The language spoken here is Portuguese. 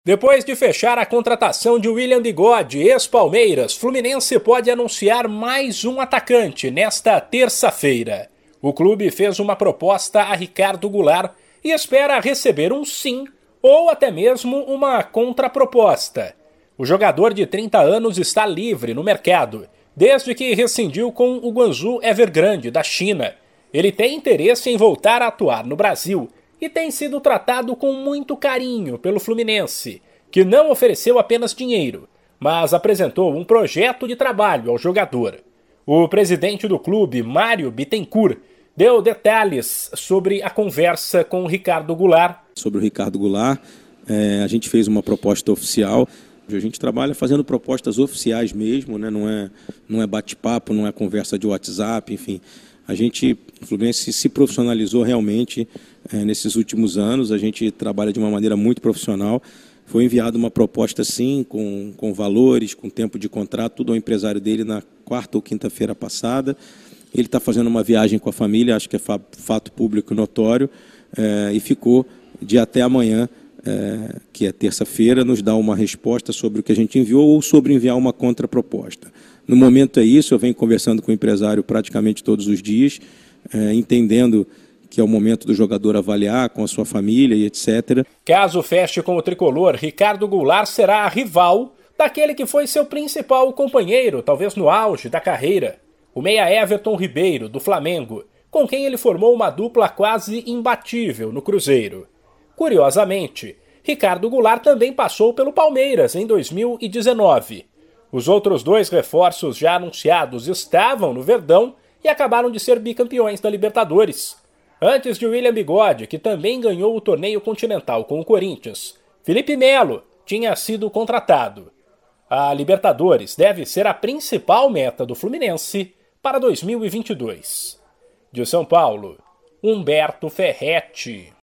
Depois de fechar a contratação de William Bigode, ex-Palmeiras, Fluminense pode anunciar mais um atacante nesta terça-feira. O clube fez uma proposta a Ricardo Goulart e espera receber um sim ou até mesmo uma contraproposta. O jogador de 30 anos está livre no mercado, desde que rescindiu com o Guangzhou Evergrande, da China. Ele tem interesse em voltar a atuar no Brasil e tem sido tratado com muito carinho pelo Fluminense, que não ofereceu apenas dinheiro, mas apresentou um projeto de trabalho ao jogador. O presidente do clube, Mário Bittencourt, deu detalhes sobre a conversa com o Ricardo Goulart. Sobre o Ricardo Goulart, a gente fez uma proposta oficial. A gente trabalha fazendo propostas oficiais mesmo, né? Não é bate-papo, não é conversa de WhatsApp, enfim. O Fluminense se profissionalizou realmente nesses últimos anos, a gente trabalha de uma maneira muito profissional. Foi enviada uma proposta, sim, com valores, com tempo de contrato, tudo ao empresário dele na quarta ou quinta-feira passada. Ele está fazendo uma viagem com a família, acho que é fato público notório, e ficou de até amanhã, que é terça-feira, nos dar uma resposta sobre o que a gente enviou ou sobre enviar uma contraproposta. No momento é isso, eu venho conversando com o empresário praticamente todos os dias, entendendo que é o momento do jogador avaliar com a sua família e etc. Caso feche com o tricolor, Ricardo Goulart será a rival daquele que foi seu principal companheiro, talvez no auge da carreira, o meia Everton Ribeiro, do Flamengo, com quem ele formou uma dupla quase imbatível no Cruzeiro. Curiosamente, Ricardo Goulart também passou pelo Palmeiras em 2019. Os outros dois reforços já anunciados estavam no Verdão e acabaram de ser bicampeões da Libertadores. Antes de William Bigode, que também ganhou o torneio continental com o Corinthians, Felipe Melo tinha sido contratado. A Libertadores deve ser a principal meta do Fluminense para 2022. De São Paulo, Humberto Ferretti.